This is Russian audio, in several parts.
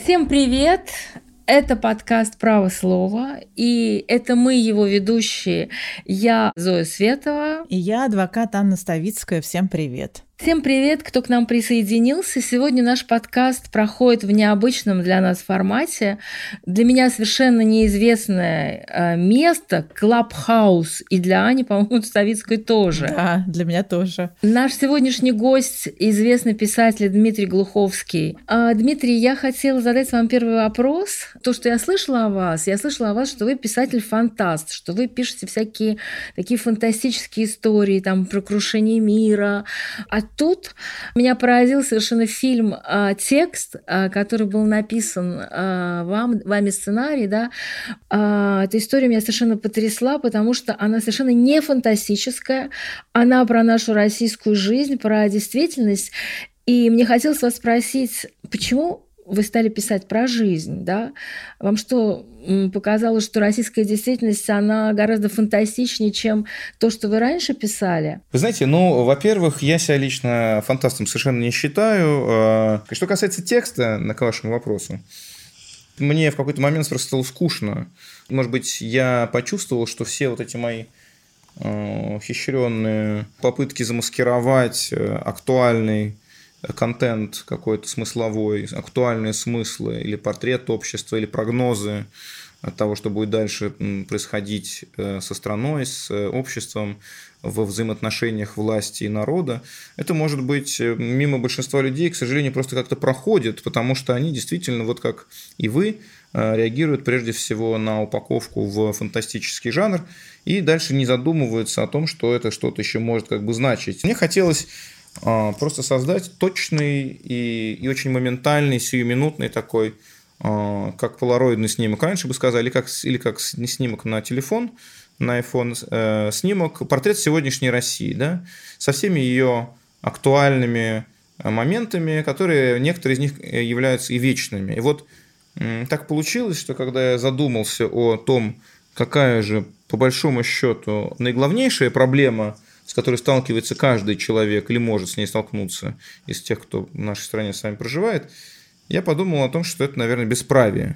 Всем привет! Это подкаст «Право слова», и это мы, его ведущие. Я Зоя Светова. И я адвокат Анна Ставицкая. Всем привет! Всем привет, кто к нам присоединился. Сегодня наш подкаст проходит в необычном для нас формате. Для меня совершенно неизвестное место – Клабхаус. И для Ани, по-моему, Ставицкой тоже. Да, для меня тоже. Наш сегодняшний гость – известный писатель Дмитрий Глуховский. Дмитрий, я хотела задать вам первый вопрос. То, что я слышала о вас, что вы писатель-фантаст, что вы пишете всякие такие фантастические истории там, про крушение мира. А тут меня поразил совершенно фильм, текст, который был написан вами сценарий, да. Эта история меня совершенно потрясла, потому что она совершенно не фантастическая, она про нашу российскую жизнь, про действительность. И мне хотелось вас спросить, почему вы стали писать про жизнь, да? Вам что, показалось, что российская действительность, она гораздо фантастичнее, чем то, что вы раньше писали? Вы знаете, во-первых, я себя лично фантастом совершенно не считаю. Что касается текста, к вашему вопросу, мне в какой-то момент просто стало скучно. Может быть, я почувствовал, что все вот эти мои хищрённые попытки замаскировать актуальный контент какой-то смысловой, актуальные смыслы или портрет общества, или прогнозы от того, что будет дальше происходить со страной, с обществом, во взаимоотношениях власти и народа, это, может быть, мимо большинства людей, к сожалению, просто как-то проходит, потому что они действительно, вот как и вы, реагируют прежде всего на упаковку в фантастический жанр и дальше не задумываются о том, что это что-то еще может как бы значить. Мне хотелось просто создать точный и очень моментальный, сиюминутный такой, как полароидный снимок. Раньше бы сказали, или как снимок на телефон, на iPhone, снимок, портрет сегодняшней России, да, со всеми ее актуальными моментами, которые, некоторые из них являются и вечными. И вот так получилось, что когда я задумался о том, какая же, по большому счету, наиглавнейшая проблема, с которой сталкивается каждый человек или может с ней столкнуться из тех, кто в нашей стране с вами проживает, я подумал о том, что это, наверное, бесправие.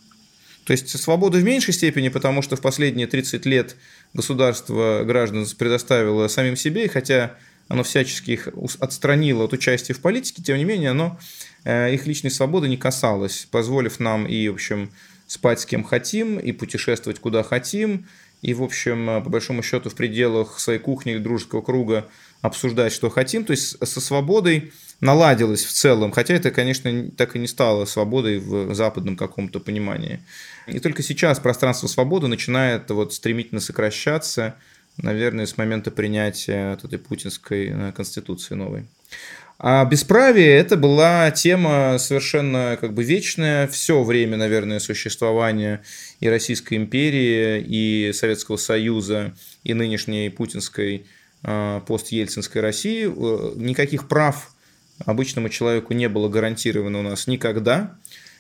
То есть свобода в меньшей степени, потому что в последние 30 лет государство граждан предоставило самим себе, и хотя оно всячески их отстранило от участия в политике, тем не менее оно их личной свободы не касалось, позволив нам и, в общем, спать с кем хотим, и путешествовать куда хотим, и, в общем, по большому счету, в пределах своей кухни или дружеского круга обсуждать, что хотим. То есть со свободой наладилось в целом, хотя это, конечно, так и не стало свободой в западном каком-то понимании. И только сейчас пространство свободы начинает вот стремительно сокращаться, наверное, с момента принятия этой путинской конституции новой. А бесправие – это была тема совершенно как бы вечная все время, наверное, существования и Российской империи, и Советского Союза, и нынешней путинской постельцинской России. Никаких прав обычному человеку не было гарантировано у нас никогда.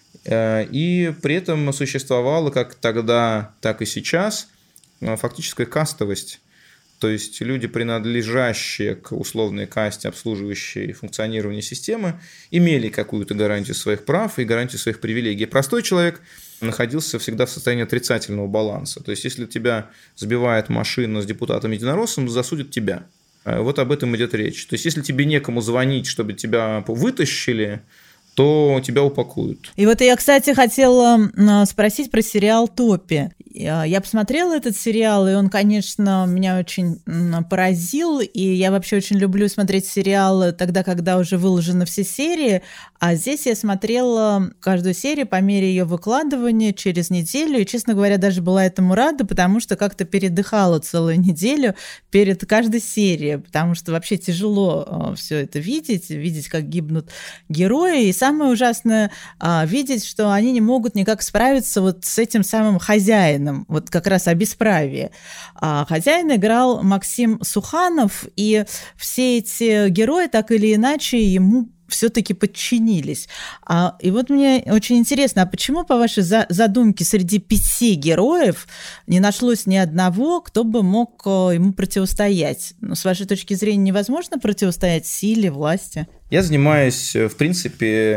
И при этом существовала как тогда, так и сейчас фактическая кастовость. То есть люди, принадлежащие к условной касте, обслуживающей функционирование системы, имели какую-то гарантию своих прав и гарантию своих привилегий. Простой человек находился всегда в состоянии отрицательного баланса. То есть если тебя сбивает машина с депутатом-единороссом, засудят тебя. Вот об этом идет речь. То есть если тебе некому звонить, чтобы тебя вытащили, то тебя упакуют. И вот я, кстати, хотела спросить про сериал «Топи». Я посмотрела этот сериал, и он, конечно, меня очень поразил, и я вообще очень люблю смотреть сериалы тогда, когда уже выложены все серии, а здесь я смотрела каждую серию по мере ее выкладывания через неделю, и, честно говоря, даже была этому рада, потому что как-то передыхала целую неделю перед каждой серией, потому что вообще тяжело все это видеть, как гибнут герои, и самое ужасное видеть, что они не могут никак справиться вот с этим самым хозяином, вот как раз о бесправии. Хозяин играл Максим Суханов, и все эти герои так или иначе ему все-таки подчинились. И вот мне очень интересно, а почему, по вашей задумке, среди 5 героев не нашлось ни одного, кто бы мог ему противостоять? Ну, с вашей точки зрения, невозможно противостоять силе, власти? Я занимаюсь, в принципе,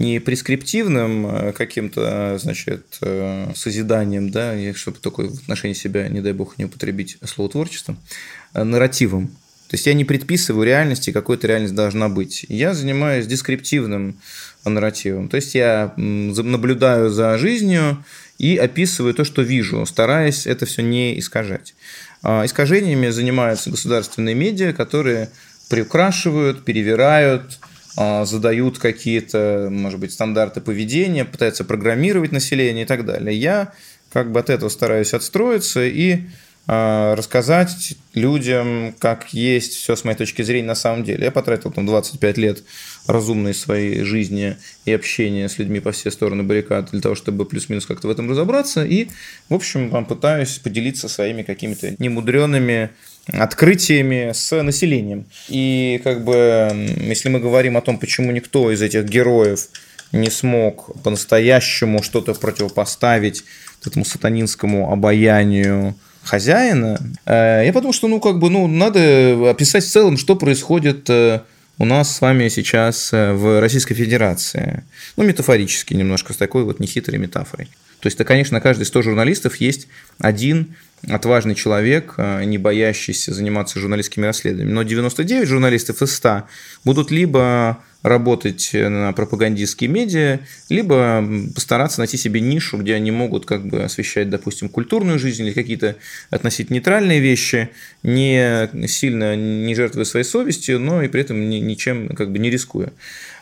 не прескриптивным каким-то, значит, созиданием, да, и чтобы только в отношении себя, не дай бог, не употребить слово творчеством, нарративом. То есть я не предписываю реальности, какой-то реальность должна быть. Я занимаюсь дескриптивным нарративом. То есть я наблюдаю за жизнью и описываю то, что вижу, стараясь это все не искажать. Искажениями занимаются государственные медиа, которые приукрашивают, перевирают, задают какие-то, может быть, стандарты поведения, пытаются программировать население и так далее. Я как бы от этого стараюсь отстроиться и рассказать людям, как есть все с моей точки зрения на самом деле. Я потратил там 25 лет разумной своей жизни и общения с людьми по все стороны баррикад для того, чтобы плюс-минус как-то в этом разобраться. И, в общем, пытаюсь поделиться своими какими-то немудренными открытиями с населением. И как бы, если мы говорим о том, почему никто из этих героев не смог по-настоящему что-то противопоставить этому сатанинскому обаянию хозяина, я подумал, что надо описать в целом, что происходит у нас с вами сейчас в Российской Федерации. Метафорически немножко, с такой вот нехитрой метафорой. То есть, конечно, на каждые 100 журналистов есть один отважный человек, не боящийся заниматься журналистскими расследованиями. Но 99 журналистов из 100 будут либо работать на пропагандистские медиа, либо постараться найти себе нишу, где они могут как бы освещать, допустим, культурную жизнь или какие-то относительно нейтральные вещи, не сильно не жертвуя своей совестью, но и при этом ничем как бы не рискуя.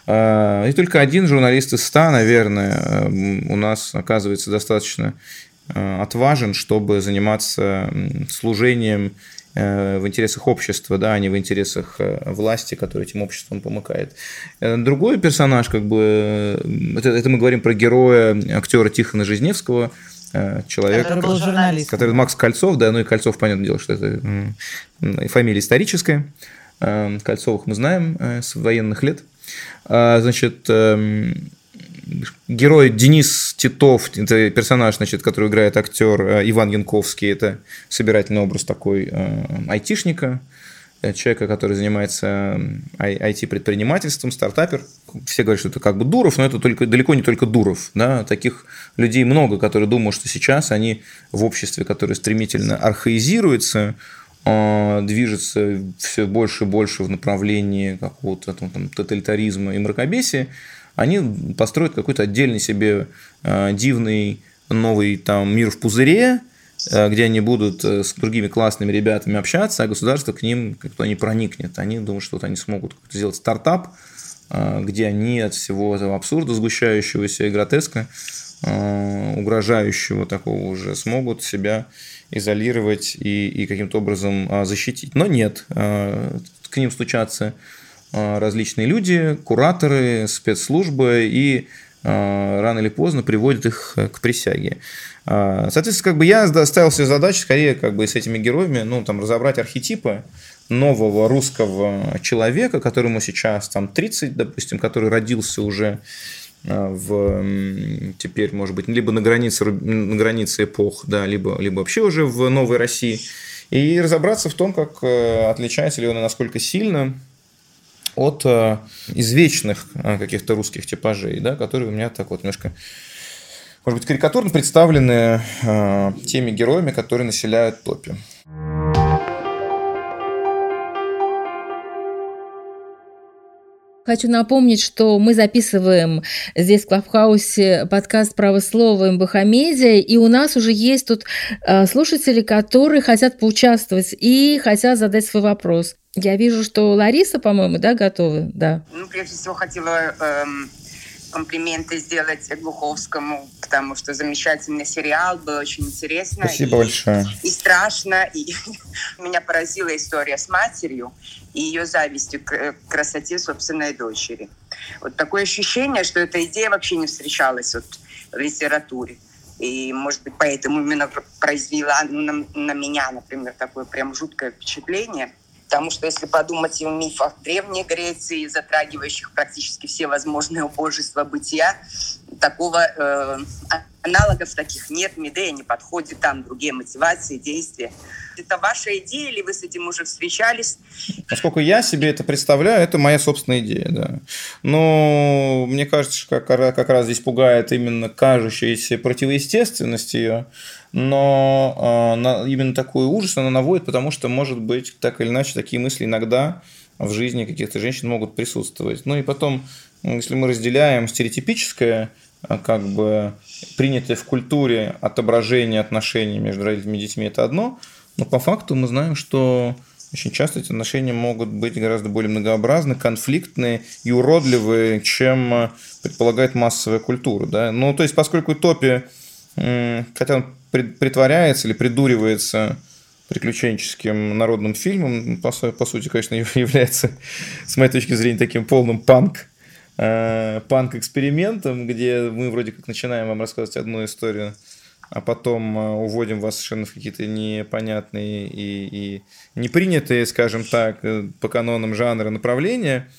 И только один журналист из 100, наверное, у нас оказывается достаточно отважен, чтобы заниматься служением в интересах общества, да, а не в интересах власти, которая этим обществом помыкает. Другой персонаж, как бы, это мы говорим про героя, актера Тихона Жизневского, человек, который был журналист. Который Макс Кольцов, да, и Кольцов, понятное дело, что это фамилия историческая. Кольцовых мы знаем с военных лет. Значит, герой Денис Титов, это персонаж, значит, который играет актер Иван Янковский, это собирательный образ такой айтишника, человека, который занимается IT-предпринимательством, стартапер. Все говорят, что это как бы Дуров, но это далеко не только Дуров. Да? Таких людей много, которые думают, что сейчас они в обществе, которое стремительно архаизируется, движется все больше и больше в направлении какого-то там тоталитаризма и мракобесия, они построят какой-то отдельный себе дивный новый там мир в пузыре, где они будут с другими классными ребятами общаться, а государство к ним как-то не проникнет. Они думают, что вот они смогут сделать стартап, где они от всего этого абсурда, сгущающегося и гротеска, угрожающего такого уже, смогут себя изолировать и каким-то образом защитить. Но нет, к ним стучатся различные люди, кураторы, спецслужбы, и рано или поздно приводят их к присяге. Соответственно, как бы я ставил себе задачу скорее как бы с этими героями, разобрать архетипы нового русского человека, которому сейчас там 30, допустим, который родился уже теперь, может быть, либо на границе эпох, да, либо вообще уже в новой России, и разобраться в том, как отличается ли он и насколько сильно от извечных каких-то русских типажей, да, которые у меня так вот немножко, может быть, карикатурно представлены теми героями, которые населяют топи. Хочу напомнить, что мы записываем здесь в Клабхаусе подкаст «Право слова» МБХ Медиа, и у нас уже есть тут слушатели, которые хотят поучаствовать и хотят задать свой вопрос. Я вижу, что Лариса, по-моему, да, готова? Да. Прежде всего, хотела комплименты сделать Глуховскому, потому что замечательный сериал, было очень интересно. Спасибо большое. И страшно, и меня поразила история с матерью и ее завистью к красоте собственной дочери. Вот такое ощущение, что эта идея вообще не встречалась в литературе. И, может быть, поэтому именно произвела на меня, например, такое прям жуткое впечатление. Потому что если подумать о мифах Древней Греции, затрагивающих практически все возможные убожества бытия, такого аналогов таких нет, Медея не подходит, там другие мотивации, действия. Это ваша идея, или вы с этим уже встречались? Насколько я себе это представляю, это моя собственная идея, да. Но мне кажется, что как раз здесь пугает именно кажущаяся противоестественность ее, но именно такой ужас она наводит, потому что, может быть, так или иначе, такие мысли иногда в жизни каких-то женщин могут присутствовать. Ну и потом, если мы разделяем стереотипическое, как бы принятое в культуре отображение отношений между родителями и детьми, это одно, но по факту мы знаем, что очень часто эти отношения могут быть гораздо более многообразны, конфликтные и уродливые, чем предполагает массовая культура. Да? Ну, то есть, поскольку Топи, хотя он притворяется или придуривается приключенческим народным фильмом, по сути, конечно, является, с моей точки зрения, таким полным панк-экспериментом, где мы вроде как начинаем вам рассказывать одну историю, а потом уводим вас совершенно в какие-то непонятные и непринятые, скажем так, по канонам жанра направления.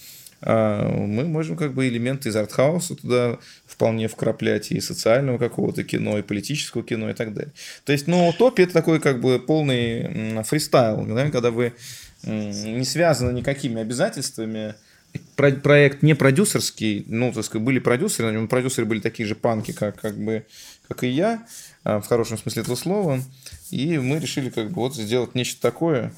Мы можем как бы элементы из артхауса туда вполне вкраплять, и социального какого-то кино, и политического кино, и так далее. То есть, ну, Топи – это такой как бы полный фристайл, да, когда вы не связаны никакими обязательствами. Проект не продюсерский, ну, так сказать, были продюсеры, но продюсеры были такие же панки, как и я, в хорошем смысле этого слова, и мы решили как бы вот сделать нечто такое,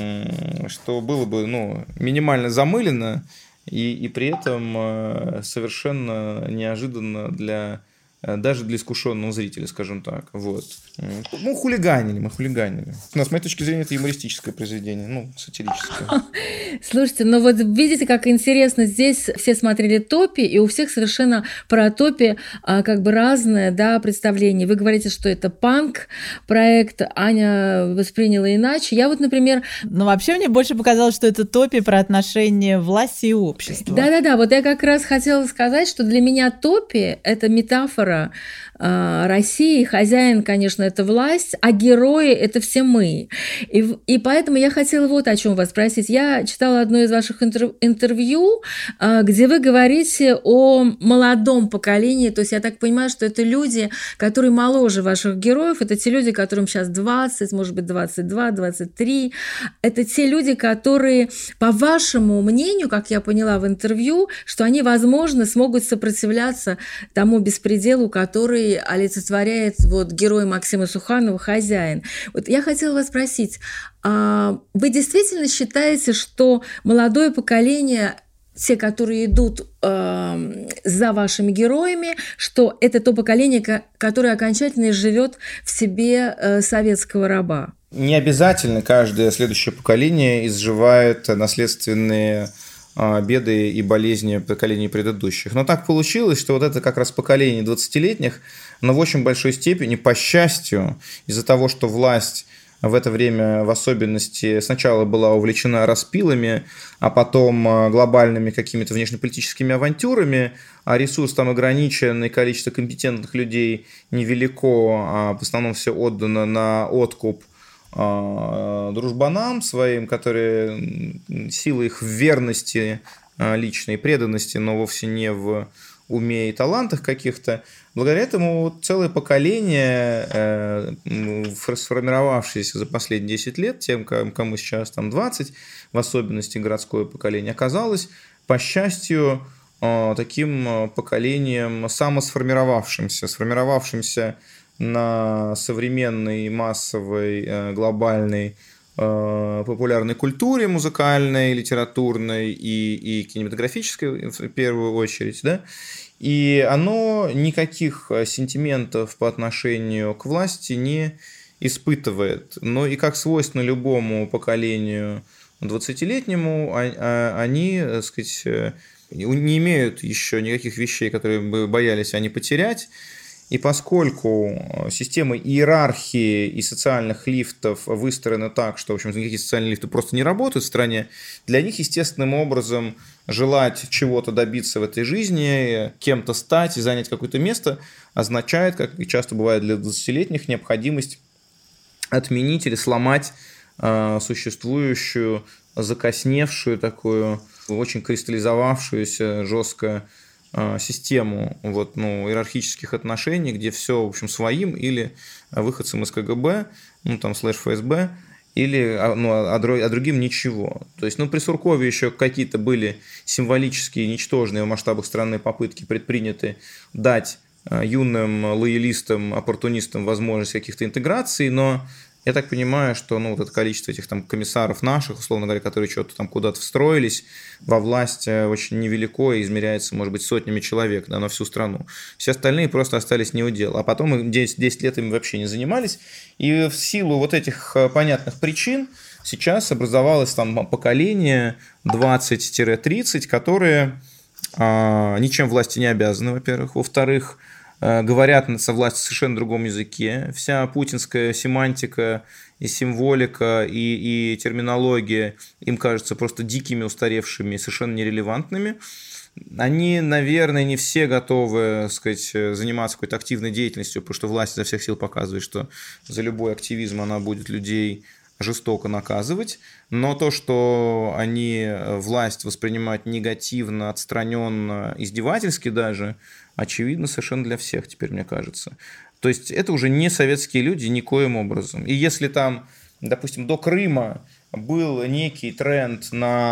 что было бы, ну, минимально замылено и при этом совершенно неожиданно даже для искушенного зрителя, скажем так. Вот. Мы хулиганили. Но, с моей точки зрения, это юмористическое произведение, ну, сатирическое. Слушайте, ну вот видите, как интересно, здесь все смотрели Топи, и у всех совершенно про Топи как бы разное, да, представление. Вы говорите, что это панк-проект, Аня восприняла иначе. Я вот, например... Ну, вообще мне больше показалось, что это Топи про отношения власти и общества. Да-да-да, вот я как раз хотела сказать, что для меня Топи – это метафора России. Хозяин, конечно, это власть, а герои – это все мы. И поэтому я хотела вот о чем вас спросить. Я читала одно из ваших интервью, где вы говорите о молодом поколении. То есть я так понимаю, что это люди, которые моложе ваших героев. Это те люди, которым сейчас 20, может быть, 22, 23. Это те люди, которые, по вашему мнению, как я поняла в интервью, что они, возможно, смогут сопротивляться тому беспределу, который олицетворяет вот герой Максима Суханова «Хозяин». Вот я хотела вас спросить, вы действительно считаете, что молодое поколение, те, которые идут за вашими героями, что это то поколение, которое окончательно живет в себе советского раба? Не обязательно каждое следующее поколение изживает наследственные беды и болезни поколений предыдущих. Но так получилось, что вот это как раз поколение 20-летних, но в очень большой степени, по счастью, из-за того, что власть в это время в особенности сначала была увлечена распилами, а потом глобальными какими-то внешнеполитическими авантюрами, а ресурс там ограничен, и количество компетентных людей невелико, а в основном все отдано на откуп дружбанам своим, которые сила их в верности личной, преданности, но вовсе не в уме и талантах каких-то. Благодаря этому целое поколение, сформировавшееся за последние 10 лет, тем, кому сейчас там 20, в особенности городское поколение, оказалось, по счастью, таким поколением сформировавшимся на современной, массовой, глобальной, популярной культуре музыкальной, литературной и кинематографической в первую очередь, да, и оно никаких сентиментов по отношению к власти не испытывает. Но и как свойственно любому поколению 20-летнему, они, так сказать, не имеют еще никаких вещей, которые бы боялись они потерять. И поскольку система иерархии и социальных лифтов выстроена так, что, в общем, никакие социальные лифты просто не работают в стране, для них естественным образом желать чего-то добиться в этой жизни, кем-то стать и занять какое-то место означает, как и часто бывает для 20-летних, необходимость отменить или сломать существующую, закосневшую такую, очень кристаллизовавшуюся, жестко систему иерархических отношений, где все, в общем, своим или выходцам из КГБ, / ФСБ, а другим ничего. То есть, при Суркове еще какие-то были символические, ничтожные в масштабах страны попытки предприняты дать юным лоялистам, оппортунистам возможность каких-то интеграций, но я так понимаю, что это количество этих комиссаров наших, условно говоря, которые что-то там куда-то встроились во власть, очень невелико и измеряется, может быть, сотнями человек, на всю страну. Все остальные просто остались не у дела. А потом 10 лет им вообще не занимались. И в силу этих понятных причин сейчас образовалось поколение 20-30, которые ничем власти не обязаны, во-первых. Во-вторых, говорят со властью совершенно другом языке. Вся путинская семантика и символика, и терминология им кажутся просто дикими, устаревшими, совершенно нерелевантными. Они, наверное, не все готовы, заниматься какой-то активной деятельностью, потому что власть изо всех сил показывает, что за любой активизм она будет людей жестоко наказывать, но то, что они власть воспринимают негативно, отстраненно, издевательски даже, очевидно совершенно для всех теперь, мне кажется. То есть это уже не советские люди никоим образом. И если там, допустим, до Крыма был некий тренд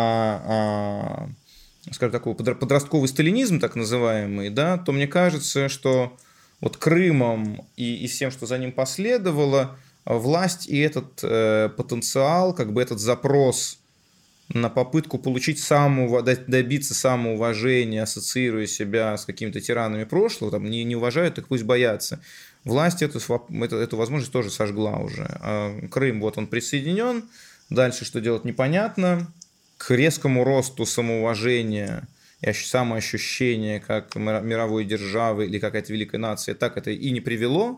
на, скажем, такой подростковый сталинизм, так называемый, да, то мне кажется, что Крымом и всем, что за ним последовало, власть и этот потенциал, этот запрос на попытку добиться самоуважения, ассоциируя себя с какими-то тиранами прошлого, не уважают, так пусть боятся. Власть эту возможность тоже сожгла уже. Крым, он присоединен, дальше что делать непонятно. К резкому росту самоуважения и самоощущения как мировой державы или какая-то великая нация, так это и не привело.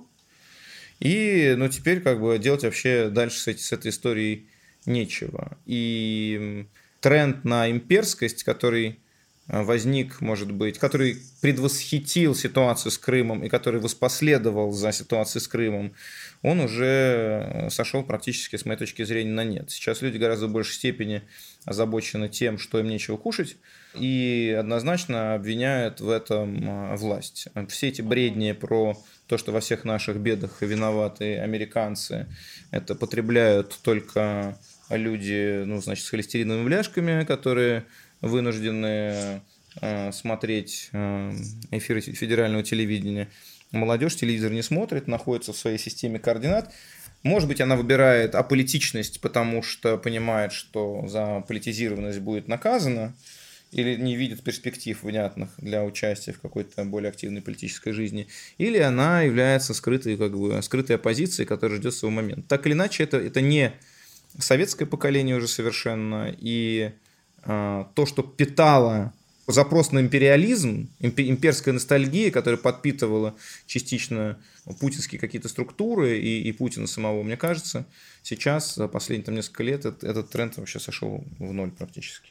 И теперь делать вообще дальше с этой историей нечего. И тренд на имперскость, который возник, может быть, который предвосхитил ситуацию с Крымом и который воспоследовал за ситуацией с Крымом, он уже сошел практически, с моей точки зрения, на нет. Сейчас люди гораздо в большей степени озабочены тем, что им нечего кушать, и однозначно обвиняют в этом власть. Все эти бредни про то, что во всех наших бедах виноваты американцы, это потребляют только люди, с холестериновыми бляшками, которые вынуждены смотреть эфиры федерального телевидения. Молодежь телевизор не смотрит, находится в своей системе координат. Может быть, она выбирает аполитичность, потому что понимает, что за политизированность будет наказана, или не видит перспектив внятных для участия в какой-то более активной политической жизни, или она является скрытой оппозицией, которая ждет своего момента. Так или иначе, это не советское поколение уже совершенно, и то, что питало запрос на империализм, имперская ностальгия, которая подпитывала частично путинские какие-то структуры и Путина самого, мне кажется, сейчас, за последние несколько лет, этот тренд вообще сошел в ноль практически.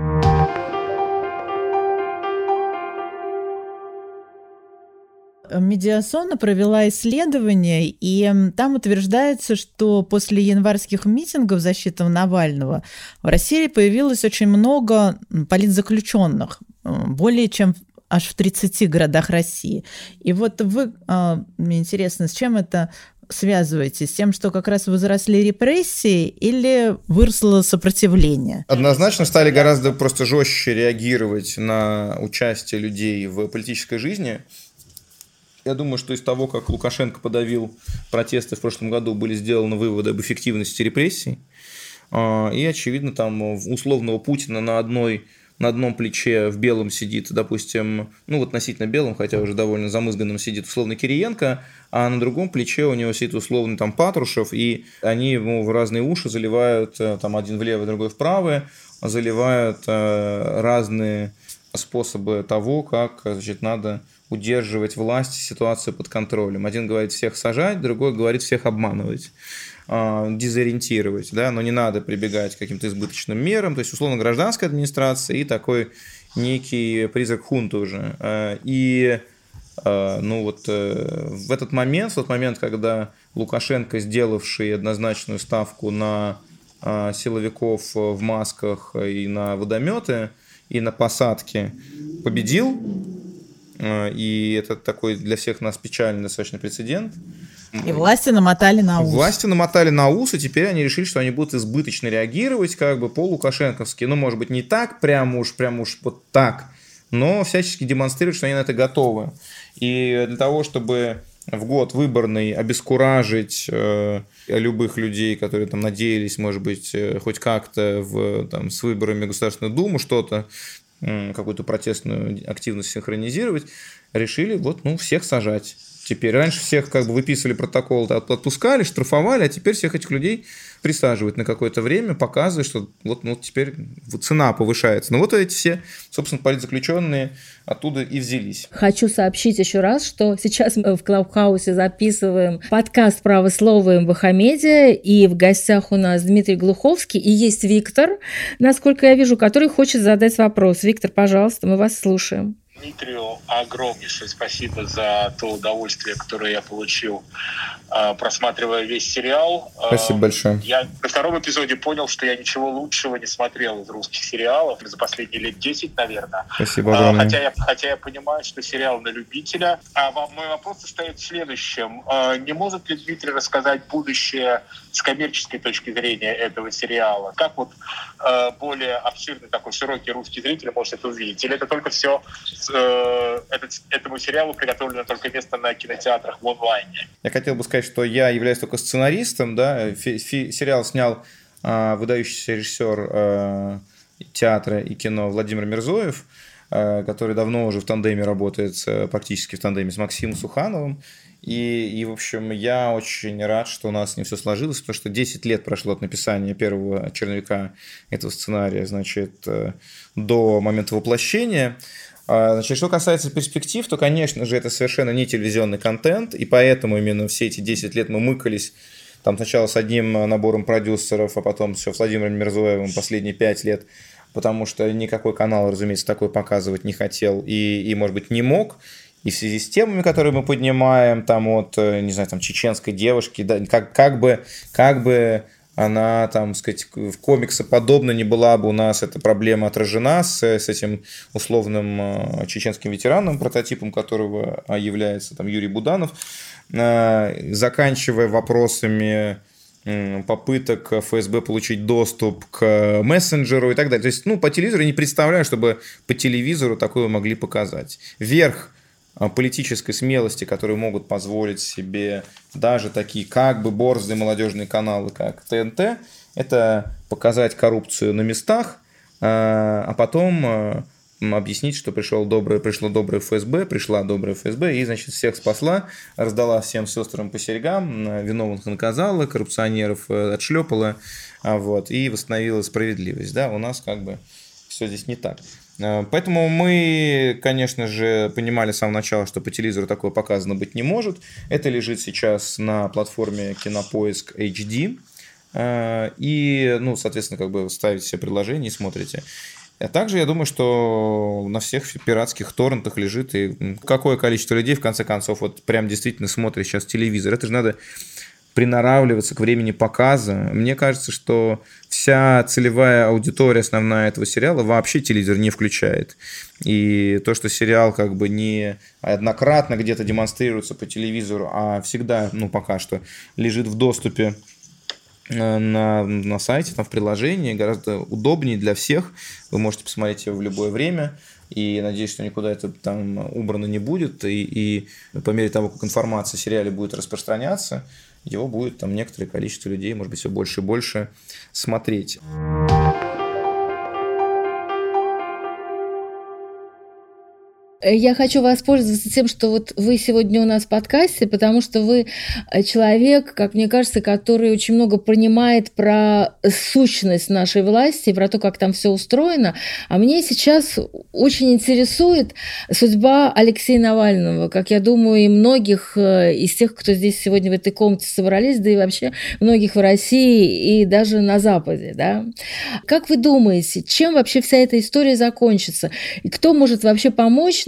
Медиасона провела исследование, и там утверждается, что после январских митингов защиты Навального в России появилось очень много политзаключенных, более чем аж в 30 городах России. И вы, мне интересно, с чем это связываете? С тем, что как раз возросли репрессии или выросло сопротивление? Однозначно стали гораздо просто жестче реагировать на участие людей в политической жизни. Я думаю, что из того, как Лукашенко подавил протесты в прошлом году, были сделаны выводы об эффективности репрессий. И, очевидно, там условного Путина на одном плече в белом сидит, допустим, относительно белом, хотя уже довольно замызганным сидит условно Кириенко, а на другом плече у него сидит условно Патрушев, и они ему в разные уши заливают, один влево, другой вправо, заливают разные способы того, как, надо удерживать власть, ситуацию под контролем. Один говорит всех сажать, другой говорит всех обманывать, дезориентировать, да, но не надо прибегать к каким-то избыточным мерам, то есть, условно, гражданская администрация и такой некий призрак хунты уже. И в этот момент, когда Лукашенко, сделавший однозначную ставку на силовиков в масках и на водометы, и на посадки, победил, и это такой для всех нас печальный достаточно прецедент. И власти намотали на ус. Власти намотали на ус, и теперь они решили, что они будут избыточно реагировать, как бы по-лукашенковски. Ну, может быть, не так, прям уж вот так, но всячески демонстрируют, что они на это готовы. И для того, чтобы в год выборный обескуражить любых людей, которые там надеялись, может быть, хоть как-то с выборами в Государственную Думу что-то, какую-то протестную активность синхронизировать, решили всех сажать. Теперь раньше всех как бы выписывали протокол, отпускали, штрафовали, а теперь всех этих людей присаживают на какое-то время, показывая, что теперь цена повышается. Но эти все, собственно, политзаключенные оттуда и взялись. Хочу сообщить еще раз, что сейчас мы в Клабхаусе записываем подкаст «Право слова МВХ-медиа», и в гостях у нас Дмитрий Глуховский, и есть Виктор, насколько я вижу, который хочет задать вопрос. Виктор, пожалуйста, мы вас слушаем. Дмитрию огромнейшее спасибо за то удовольствие, которое я получил, просматривая весь сериал. Спасибо большое. Я на втором эпизоде понял, что я ничего лучшего не смотрел из русских сериалов за последние лет 10, наверное. Спасибо огромное. Хотя я понимаю, что сериал на любителя. Мой вопрос состоит в следующем. Не может ли Дмитрий рассказать будущее с коммерческой точки зрения этого сериала? Как более обширный, такой широкий русский зритель может это увидеть? Или это только все этому сериалу приготовлено только место на кинотеатрах в онлайне? Я хотел бы сказать, что я являюсь только сценаристом. Да? Сериал снял выдающийся режиссер театра и кино Владимир Мирзоев, который давно уже в тандеме работает, практически в тандеме с Максимом Сухановым. И, в общем, я очень рад, что у нас не все сложилось, потому что 10 лет прошло от написания первого черновика этого сценария, до момента воплощения. Что касается перспектив, то, конечно же, это совершенно не телевизионный контент, и поэтому именно все эти 10 лет мы мыкались сначала с одним набором продюсеров, а потом все с Владимиром Мирзоевым последние 5 лет, потому что никакой канал, разумеется, такой показывать не хотел и может быть, не мог. И в связи с темами, которые мы поднимаем, чеченской девушки, да, как бы она, в комиксоподобно не была бы у нас эта проблема отражена с этим условным чеченским ветераном, прототипом которого является Юрий Буданов, заканчивая вопросами попыток ФСБ получить доступ к мессенджеру и так далее. То есть, по телевизору я не представляю, чтобы по телевизору такое могли показать. Верх политической смелости, которые могут позволить себе даже такие борзые молодежные каналы, как ТНТ, это показать коррупцию на местах, а потом объяснить, что пришла добрая ФСБ, и, всех спасла, раздала всем сестрам по серьгам, виновных наказала, коррупционеров отшлепала, и восстановила справедливость. Да, у нас все здесь не так. Поэтому мы, конечно же, понимали с самого начала, что по телевизору такое показано быть не может. Это лежит сейчас на платформе Кинопоиск HD. И, соответственно, ставите все приложения и смотрите. А также я думаю, что на всех пиратских торрентах лежит. И какое количество людей, в конце концов, прям действительно смотрит сейчас телевизор. Это же надо приноравливаться к времени показа. Мне кажется, что вся целевая аудитория основная этого сериала вообще телевизор не включает. И то, что сериал не однократно где-то демонстрируется по телевизору, а всегда, пока что, лежит в доступе на сайте, в приложении, гораздо удобнее для всех. Вы можете посмотреть его в любое время. И надеюсь, что никуда это убрано не будет. И по мере того, как информация о сериале будет распространяться, его будет некоторое количество людей, может быть, все больше и больше смотреть. Я хочу воспользоваться тем, что вы сегодня у нас в подкасте, потому что вы человек, как мне кажется, который очень много понимает про сущность нашей власти, про то, как там все устроено. А мне сейчас очень интересует судьба Алексея Навального, как я думаю, и многих из тех, кто здесь сегодня в этой комнате собрались, да и вообще многих в России и даже на Западе. Да? Как вы думаете, чем вообще вся эта история закончится? И кто может вообще помочь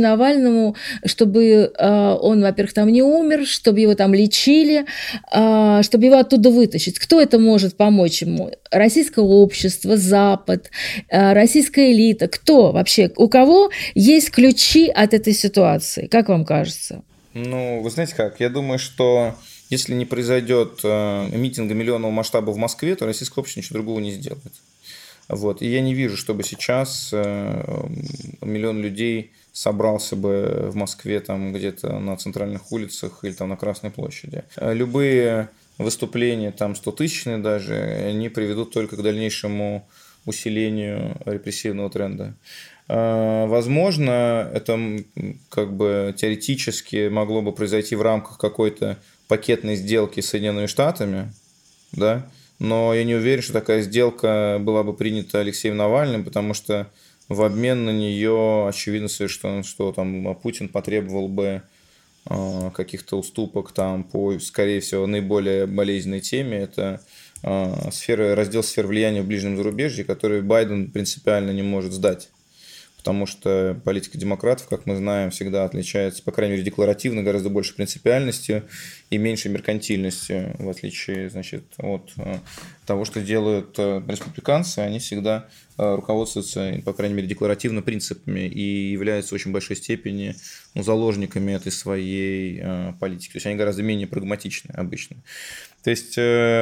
Навальному, чтобы он, во-первых, там не умер, чтобы его там лечили, чтобы его оттуда вытащить. Кто это может помочь ему? Российское общество, Запад, российская элита. Кто вообще? У кого есть ключи от этой ситуации? Как вам кажется? Ну, вы знаете как, я думаю, что если не произойдет митинга миллионного масштаба в Москве, то российское общество ничего другого не сделает. Вот. И я не вижу, чтобы сейчас миллион людей собрался бы в Москве там где-то на центральных улицах или там на Красной площади. Любые выступления, там 100-тысячные даже, они приведут только к дальнейшему усилению репрессивного тренда. Возможно, это как бы теоретически могло бы произойти в рамках какой-то пакетной сделки с Соединенными Штатами, да, но я не уверен, что такая сделка была бы принята Алексеем Навальным, потому что в обмен на нее очевидно совершенно, что там Путин потребовал бы каких-то уступок там по, скорее всего, наиболее болезненной теме. Это раздел сфер влияния в ближнем зарубежье, который Байден принципиально не может сдать. Потому что политика демократов, как мы знаем, всегда отличается, по крайней мере, декларативно, гораздо больше принципиальностью и меньше меркантильностью, в отличие, значит, от того, что делают республиканцы. Они всегда руководствуются, по крайней мере, декларативно принципами и являются в очень большой степени заложниками этой своей политики. То есть они гораздо менее прагматичны обычно. То есть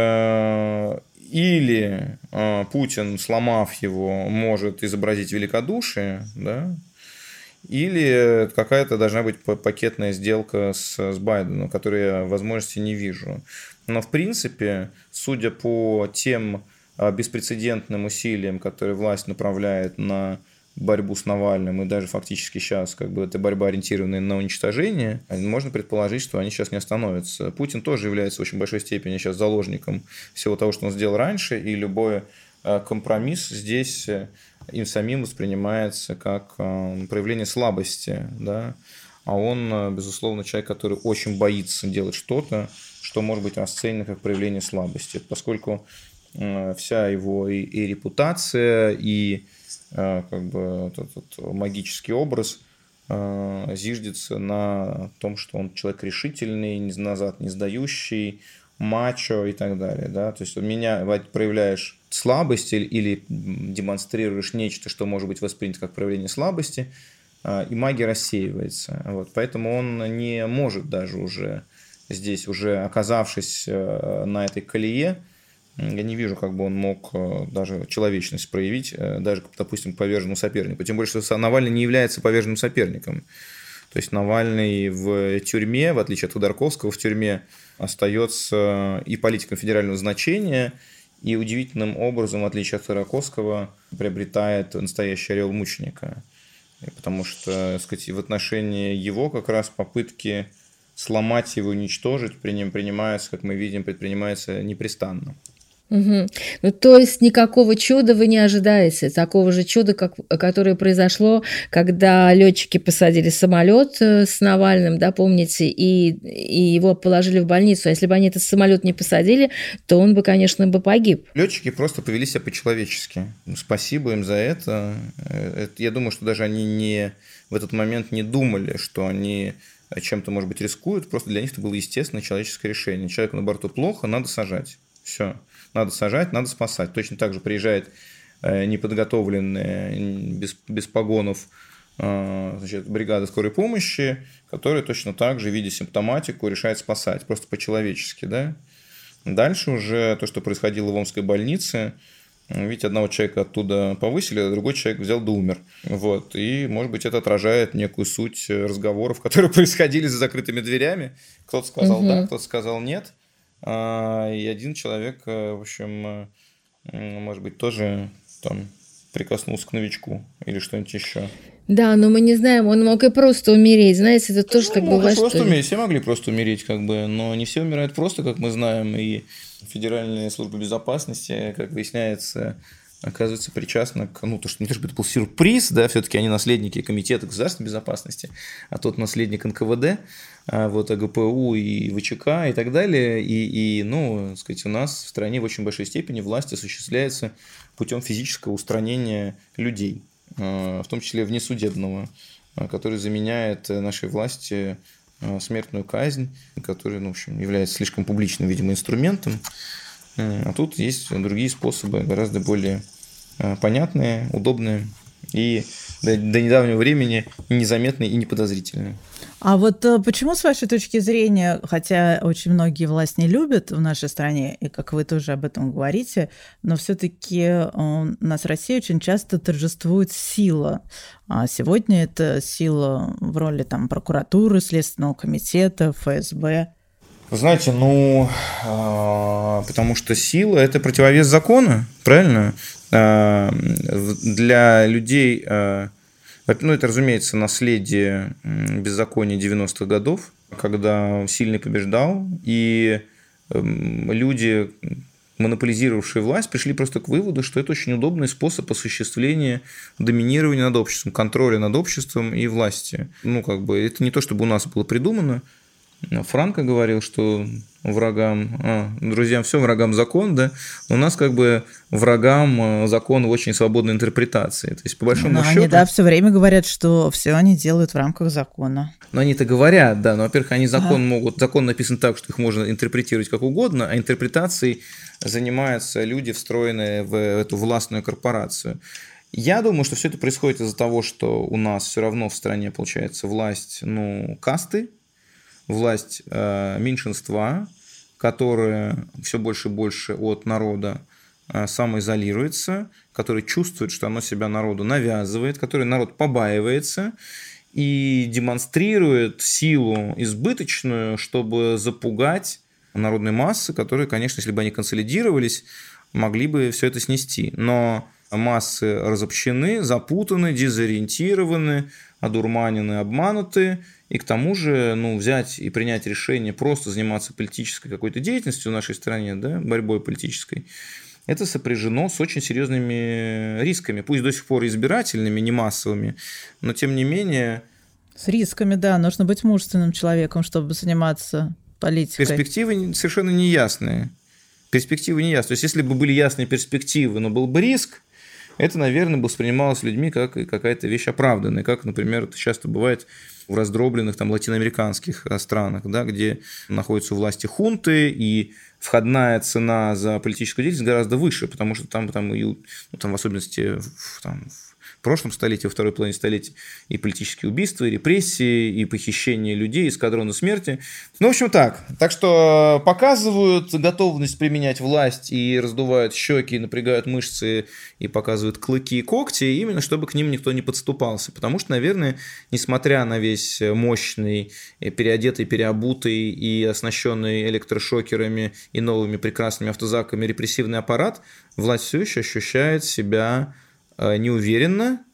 или Путин, сломав его, может изобразить великодушие, да, или какая-то должна быть пакетная сделка с Байденом, которой я возможности не вижу. Но, в принципе, судя по тем беспрецедентным усилиям, которые власть направляет на борьбу с Навальным, и даже фактически сейчас как бы эта борьба ориентированная на уничтожение, можно предположить, что они сейчас не остановятся. Путин тоже является в очень большой степени сейчас заложником всего того, что он сделал раньше, и любой компромисс здесь им самим воспринимается как проявление слабости, да? А он, безусловно, человек, который очень боится делать что-то, что может быть расценено как проявление слабости, поскольку вся его и репутация, и как бы этот магический образ зиждется на том, что он человек решительный, назад не сдающий, мачо и так далее. Да? То есть проявляешь слабость или демонстрируешь нечто, что может быть воспринято как проявление слабости, и магия рассеивается. Вот. Поэтому он не может даже уже здесь, уже оказавшись на этой колее, я не вижу, как бы он мог даже человечность проявить, даже, допустим, к поверженному сопернику. Тем более, что Навальный не является поверженным соперником. То есть Навальный в тюрьме, в отличие от Ходорковского, в тюрьме остается и политиком федерального значения, и удивительным образом, в отличие от Ходорковского, приобретает настоящий орел мученика. Потому что, так сказать, в отношении его как раз попытки сломать его, уничтожить принимаются, как мы видим, предпринимаются непрестанно. Угу. Ну, то есть никакого чуда вы не ожидаете, такого же чуда, которое произошло, когда летчики посадили самолет с Навальным, да, помните, и его положили в больницу. А если бы они этот самолет не посадили, то он бы, конечно, погиб. Летчики просто повели себя по-человечески. Спасибо им за это. Я думаю, что даже они в этот момент не думали, что они чем-то, может быть, рискуют. Просто для них это было естественное человеческое решение. Человеку на борту плохо, надо сажать. Все. Надо сажать, надо спасать. Точно так же приезжает неподготовленная, без погонов, значит, бригада скорой помощи, которая точно так же, видя симптоматику, решает спасать. Просто по-человечески. Да? Дальше уже то, что происходило в Омской больнице, видите, одного человека оттуда повысили, а другой человек взял да умер. Вот. И, может быть, это отражает некую суть разговоров, которые происходили за закрытыми дверями. Кто-то сказал да, кто-то сказал нет. И один человек, в общем, может быть, тоже там прикоснулся к новичку или что-нибудь еще. Да, но мы не знаем, он мог и просто умереть, знаете, это тоже так бывает. Просто умереть, все могли просто умереть, как бы, но не все умирают просто, как мы знаем, и Федеральная служба безопасности, как выясняется, оказывается причастна к, то, что не то, чтобы это был сюрприз, да, все-таки они наследники Комитета государственной безопасности, а тот наследник НКВД, вот АГПУ и ВЧК и так далее, и так сказать, у нас в стране в очень большой степени власть осуществляется путем физического устранения людей, в том числе внесудебного. который заменяет нашей власти смертную казнь, которая, в общем, является слишком публичным, видимо, инструментом. А тут есть другие способы, гораздо более понятные, удобные и до недавнего времени и незаметные, и неподозрительные. А вот почему, с вашей точки зрения, хотя очень многие власть не любят в нашей стране, и как вы тоже об этом говорите, но все-таки у нас в России очень часто торжествует сила. А сегодня это сила в роли прокуратуры, Следственного комитета, ФСБ. Вы знаете, потому что сила – это противовес закона, правильно? Для людей, это, разумеется, наследие беззакония 90-х годов, когда сильный побеждал, и люди, монополизировавшие власть, пришли просто к выводу, что это очень удобный способ осуществления доминирования над обществом, контроля над обществом и власти. Это не то, чтобы у нас было придумано. Франко говорил, что друзьям все, врагам закон, да, но у нас врагам закон в очень свободной интерпретации. То есть, по большому счету... Они, все время говорят, что все они делают в рамках закона. Но они-то говорят, да, но, во-первых, они закон написан так, что их можно интерпретировать как угодно, а интерпретацией занимаются люди, встроенные в эту властную корпорацию. Я думаю, что все это происходит из-за того, что у нас все равно в стране получается власть, касты, власть меньшинства, которое все больше и больше от народа самоизолируется, которое чувствует, что оно себя народу навязывает, которое народ побаивается и демонстрирует силу избыточную, чтобы запугать народные массы, которые, конечно, если бы они консолидировались, могли бы все это снести. Но массы разобщены, запутаны, дезориентированы, одурманены, обмануты. И к тому же, взять и принять решение просто заниматься политической какой-то деятельностью в нашей стране, да, борьбой политической, это сопряжено с очень серьезными рисками, пусть до сих пор избирательными, не массовыми, но тем не менее... С рисками, да, нужно быть мужественным человеком, чтобы заниматься политикой. Перспективы совершенно неясные. То есть, если бы были ясные перспективы, но был бы риск, это, наверное, бы воспринималось людьми как какая-то вещь оправданная, как, например, это часто бывает в раздробленных латиноамериканских странах, да, где находятся у власти хунты, и входная цена за политическую деятельность гораздо выше, потому что там в особенности в прошлом столетии, во второй половине столетия, и политические убийства, и репрессии, и похищение людей, эскадроны смерти. В общем, так. Так что показывают готовность применять власть и раздувают щеки, напрягают мышцы и показывают клыки и когти, именно чтобы к ним никто не подступался. Потому что, наверное, несмотря на весь мощный, переодетый, переобутый и оснащенный электрошокерами и новыми прекрасными автозаками репрессивный аппарат, власть все еще ощущает себя неуверенно,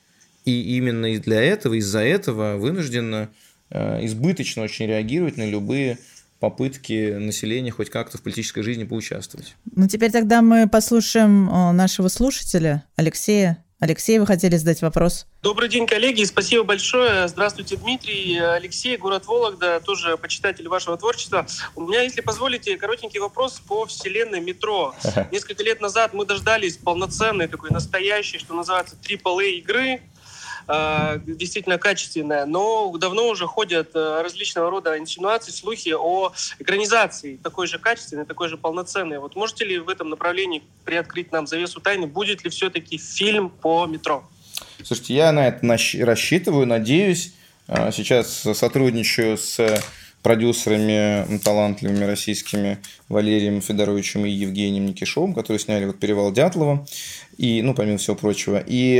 и именно из-за этого вынуждена избыточно очень реагировать на любые попытки населения хоть как-то в политической жизни поучаствовать. Теперь тогда мы послушаем нашего слушателя Алексея. Алексей, вы хотели задать вопрос? Добрый день, коллеги, спасибо большое. Здравствуйте, Дмитрий. Алексей, город Вологда, тоже почитатель вашего творчества. У меня, если позволите, коротенький вопрос по вселенной метро. Несколько лет назад мы дождались полноценной, такой настоящей, что называется, AAA игры, действительно качественная, но давно уже ходят различного рода инсинуации, слухи о экранизации такой же качественной, такой же полноценной. Вот можете ли в этом направлении приоткрыть нам завесу тайны? Будет ли все-таки фильм по метро? Слушайте, я на это рассчитываю, надеюсь. Сейчас сотрудничаю с продюсерами талантливыми российскими Валерием Федоровичем и Евгением Никишовым, которые сняли «Перевал Дятлова», и, помимо всего прочего. И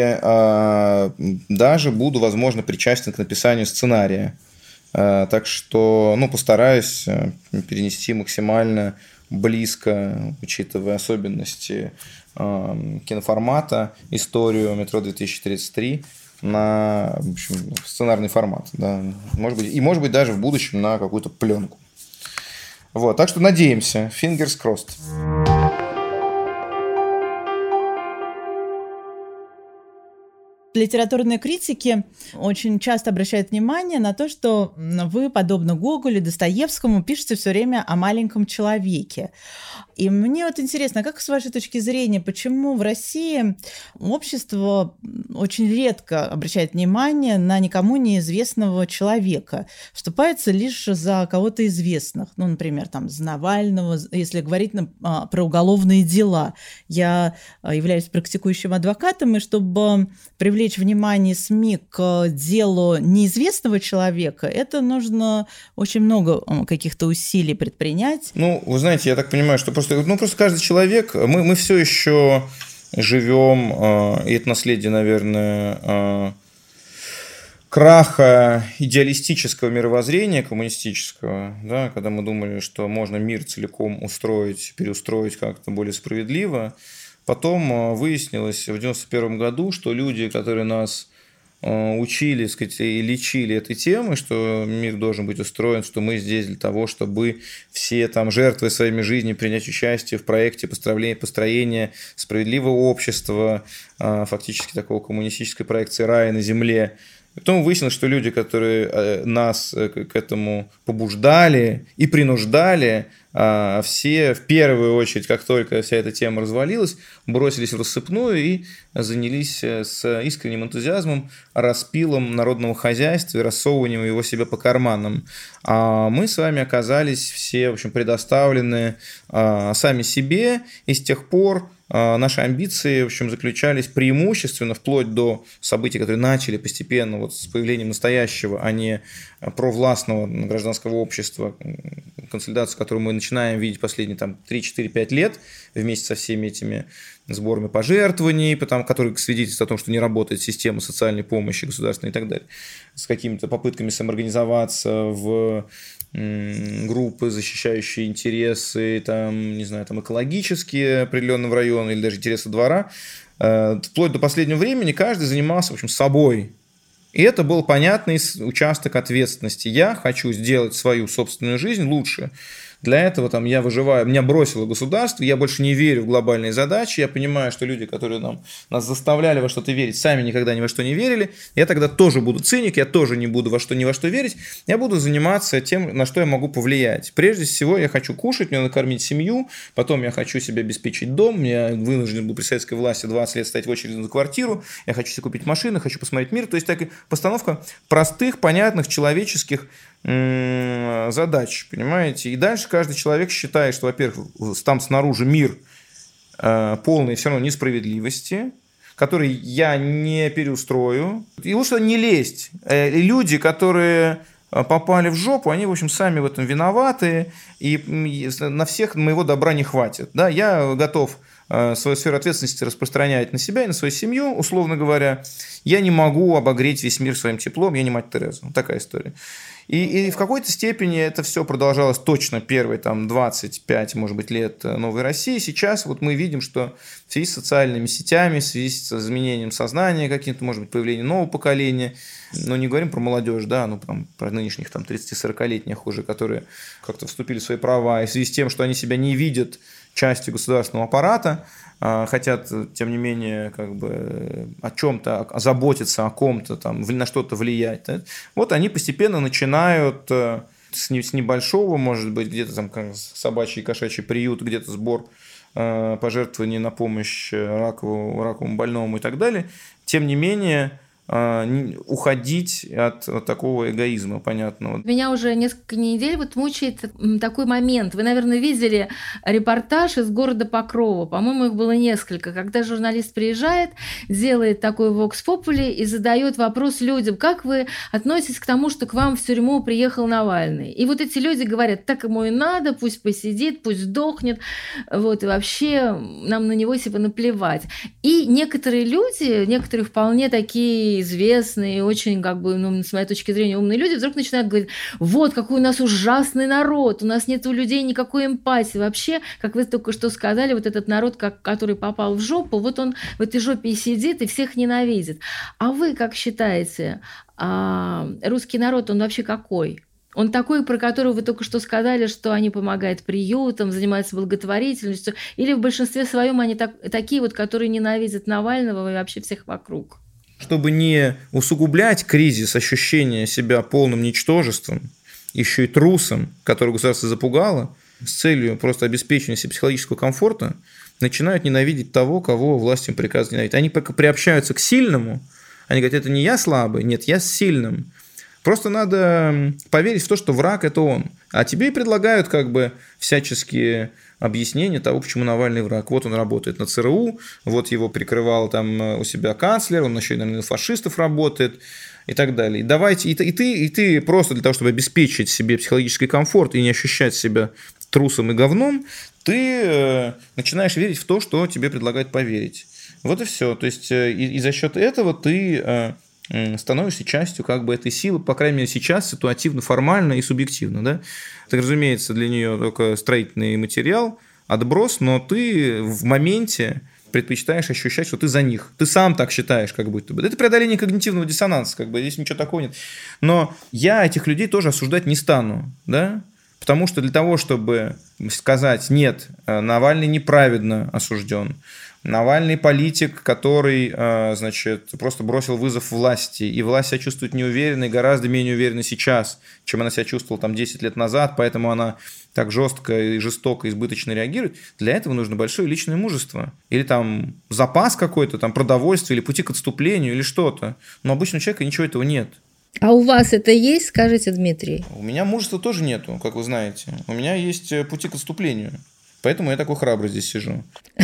даже буду, возможно, причастен к написанию сценария. Так что, постараюсь перенести максимально близко, учитывая особенности киноформата, историю «Метро 2033» на, в общем, сценарный формат. Да. Может быть, даже в будущем на какую-то пленку. Так что надеемся. Fingers crossed. литературные критики очень часто обращают внимание на то, что вы, подобно Гоголю, Достоевскому, пишете все время о маленьком человеке. И мне вот интересно, как с вашей точки зрения, почему в России общество очень редко обращает внимание на никому неизвестного человека, вступается лишь за кого-то известных, ну, например, там, за Навального, если говорить про уголовные дела. Я являюсь практикующим адвокатом, и чтобы привлечь внимание СМИ к делу неизвестного человека, это нужно очень много каких-то усилий предпринять. Ну, вы знаете, я так понимаю, что просто каждый человек, мы все еще живем, и это наследие, наверное, краха идеалистического мировоззрения, коммунистического, да, когда мы думали, что можно мир целиком устроить, переустроить как-то более справедливо. Потом выяснилось в 1991 году, что люди, которые нас учили, сказать, и лечили этой темой, что мир должен быть устроен, что мы здесь для того, чтобы все там, жертвуя своими жизнями, принять участие в проекте построения справедливого общества, фактически такого коммунистической проекции рая на земле. Потом выяснилось, что люди, которые нас к этому побуждали и принуждали, все в первую очередь, как только вся эта тема развалилась, бросились в рассыпную и занялись с искренним энтузиазмом распилом народного хозяйства и рассовыванием его себе по карманам. А мы с вами оказались все, в общем, предоставлены сами себе, и с тех пор наши амбиции, в общем, заключались преимущественно, вплоть до событий, которые начали постепенно вот с появлением настоящего, а не провластного гражданского общества, консолидацию, которую мы начинаем видеть последние там, 3-4-5 лет вместе со всеми этими сборами пожертвований, которые свидетельствуют о том, что не работает система социальной помощи государственной и так далее, с какими-то попытками самоорганизоваться в группы, защищающие интересы, там, не знаю, там, экологические определенного района или даже интересы двора. Вплоть до последнего времени каждый занимался, в общем, собой. И это был понятный участок ответственности. Я хочу сделать свою собственную жизнь лучше. Для этого там, я выживаю, меня бросило государство, я больше не верю в глобальные задачи, я понимаю, что люди, которые нас заставляли во что-то верить, сами никогда ни во что не верили, я тогда тоже буду циник, я тоже не буду ни во что верить, я буду заниматься тем, на что я могу повлиять. Прежде всего, я хочу кушать, мне надо кормить семью, потом я хочу себе обеспечить дом, я вынужден был при советской власти 20 лет стоять в очереди на квартиру, я хочу себе купить машину, хочу посмотреть мир, то есть так постановка простых, понятных, человеческих задач, понимаете? И дальше каждый человек считает, что, во-первых, там снаружи мир полный все равно несправедливости, который я не переустрою. И лучше не лезть. И люди, которые попали в жопу, они, в общем, сами в этом виноваты, и на всех моего добра не хватит. Да? Я готов свою сферу ответственности распространять на себя и на свою семью, условно говоря. Я не могу обогреть весь мир своим теплом, я не мать Тереза. Вот такая история. И в какой-то степени это все продолжалось точно первые 25, может быть, лет новой России. Сейчас вот мы видим, что в связи с социальными сетями, в связи с изменением сознания каким-то, может быть, появлением нового поколения, но не говорим про молодежь, да, про нынешних 30-40-летних уже, которые как-то вступили в свои права, и в связи с тем, что они себя не видят частью государственного аппарата, хотят, тем не менее, о чем-то заботиться, о ком-то, на что-то влиять. Да? Вот они постепенно начинают с небольшого, может быть, где-то собачий и кошачий приют, где-то сбор пожертвований на помощь раковому больному и так далее. Тем не менее, уходить от такого эгоизма, понятного. Меня уже несколько недель мучает такой момент. Вы, наверное, видели репортаж из города Покрова. По-моему, их было несколько. Когда журналист приезжает, делает такой vox populi и задает вопрос людям: как вы относитесь к тому, что к вам в тюрьму приехал Навальный? И вот эти люди говорят: так ему и надо, пусть посидит, пусть сдохнет, и вообще нам на него наплевать. И некоторые люди, некоторые вполне такие известные, очень, с моей точки зрения, умные люди вдруг начинают говорить: вот какой у нас ужасный народ, у нас нет у людей никакой эмпатии. Вообще, как вы только что сказали, вот этот народ, который попал в жопу, вот он в этой жопе и сидит, и всех ненавидит. А вы как считаете, русский народ, он вообще какой? Он такой, про которого вы только что сказали, что они помогают приютам, занимаются благотворительностью, или в большинстве своем они такие, которые ненавидят Навального и вообще всех вокруг? чтобы не усугублять кризис ощущения себя полным ничтожеством, еще и трусом, который государство запугало, с целью просто обеспечения себе психологического комфорта, начинают ненавидеть того, кого власть им приказывает ненавидеть. Они приобщаются к сильному, они говорят, это не я слабый, нет, я с сильным. Просто надо поверить в то, что враг – это он. А тебе предлагают как бы всяческие объяснения того, почему Навальный враг. Вот он работает на ЦРУ, вот его прикрывал там у себя канцлер, он еще и, наверное, на фашистов работает и так далее. И давайте, и ты просто для того, чтобы обеспечить себе психологический комфорт и не ощущать себя трусом и говном, ты начинаешь верить в то, что тебе предлагают поверить. Вот и все. То есть и за счет этого ты становишься частью как бы этой силы, по крайней мере, сейчас ситуативно, формально и субъективно. Да? Так, разумеется, для нее только строительный материал, отброс, но ты в моменте предпочитаешь ощущать, что ты за них. Ты сам так считаешь, как будто бы. Это преодоление когнитивного диссонанса, как бы здесь ничего такого нет. Но я этих людей тоже осуждать не стану, да? Потому что для того, чтобы сказать, нет, Навальный неправедно осужден, Навальный политик, который, значит, просто бросил вызов власти, и власть себя чувствует неуверенной, гораздо менее уверенной сейчас, чем она себя чувствовала там 10 лет назад, поэтому она так жестко и жестоко, избыточно реагирует. Для этого нужно большое личное мужество. Или там запас какой-то, там продовольствия, или пути к отступлению, или что-то. Но обычно у человека ничего этого нет. А у вас это есть, скажите, Дмитрий? У меня мужества тоже нету, как вы знаете. У меня есть пути к отступлению. Поэтому я такой храбрый здесь сижу.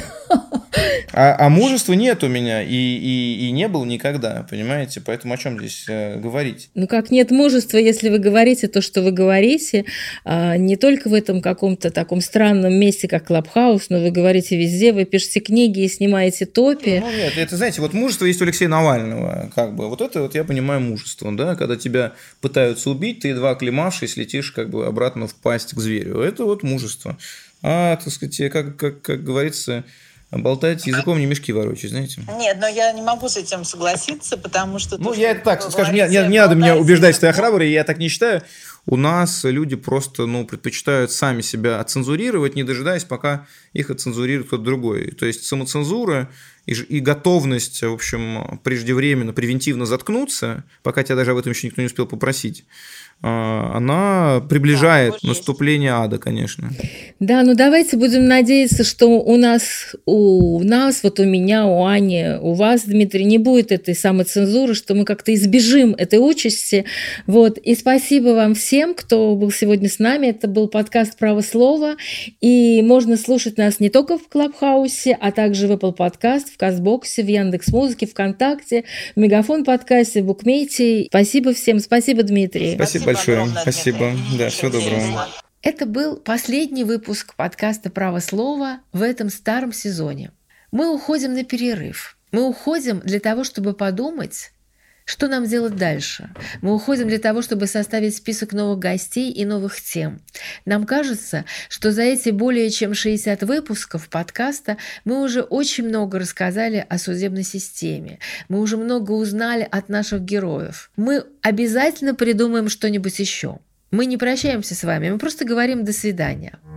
А мужества нет у меня и не было никогда, понимаете? Поэтому о чем здесь говорить? Ну как нет мужества, если вы говорите то, что вы говорите, не только в этом каком-то таком странном месте, как Клабхаус, но вы говорите везде, вы пишете книги и снимаете топи. Ну нет, это, знаете, вот мужество есть у Алексея Навального, как бы. Вот это вот я понимаю мужество, да, когда тебя пытаются убить, ты едва оклемавшись летишь как бы обратно в пасть к зверю. Это вот мужество. Так сказать, как говорится, болтать языком, не мешки ворочать, знаете? Нет, но я не могу с этим согласиться, потому что... Ну, я это так, скажем, не надо меня убеждать, что я храбрый, я так не считаю. У нас люди просто, предпочитают сами себя оцензурировать, не дожидаясь, пока их оцензурирует кто-то другой. То есть самоцензура и готовность, в общем, преждевременно, превентивно заткнуться, пока тебя даже об этом еще никто не успел попросить, она приближает наступление ада, конечно. Да, давайте будем надеяться, что у нас, вот у меня, у Ани, у вас, Дмитрий, не будет этой самоцензуры, что мы как-то избежим этой участи. Вот. И спасибо вам всем, кто был сегодня с нами. Это был подкаст «Право слова». И можно слушать нас не только в Клабхаусе, а также в Apple Podcast, в Кастбоксе, в Яндекс.Музыке, ВКонтакте, в Мегафон подкасте, в Букмейте. Спасибо всем. Спасибо, Дмитрий. Спасибо большое. Спасибо. Да, всего доброго. Это был последний выпуск подкаста «Право слова» в этом старом сезоне. Мы уходим на перерыв. Мы уходим для того, чтобы подумать, что нам делать дальше. Мы уходим для того, чтобы составить список новых гостей и новых тем. Нам кажется, что за эти более чем 60 выпусков подкаста мы уже очень много рассказали о судебной системе. Мы уже много узнали от наших героев. Мы обязательно придумаем что-нибудь еще. Мы не прощаемся с вами, мы просто говорим «до свидания».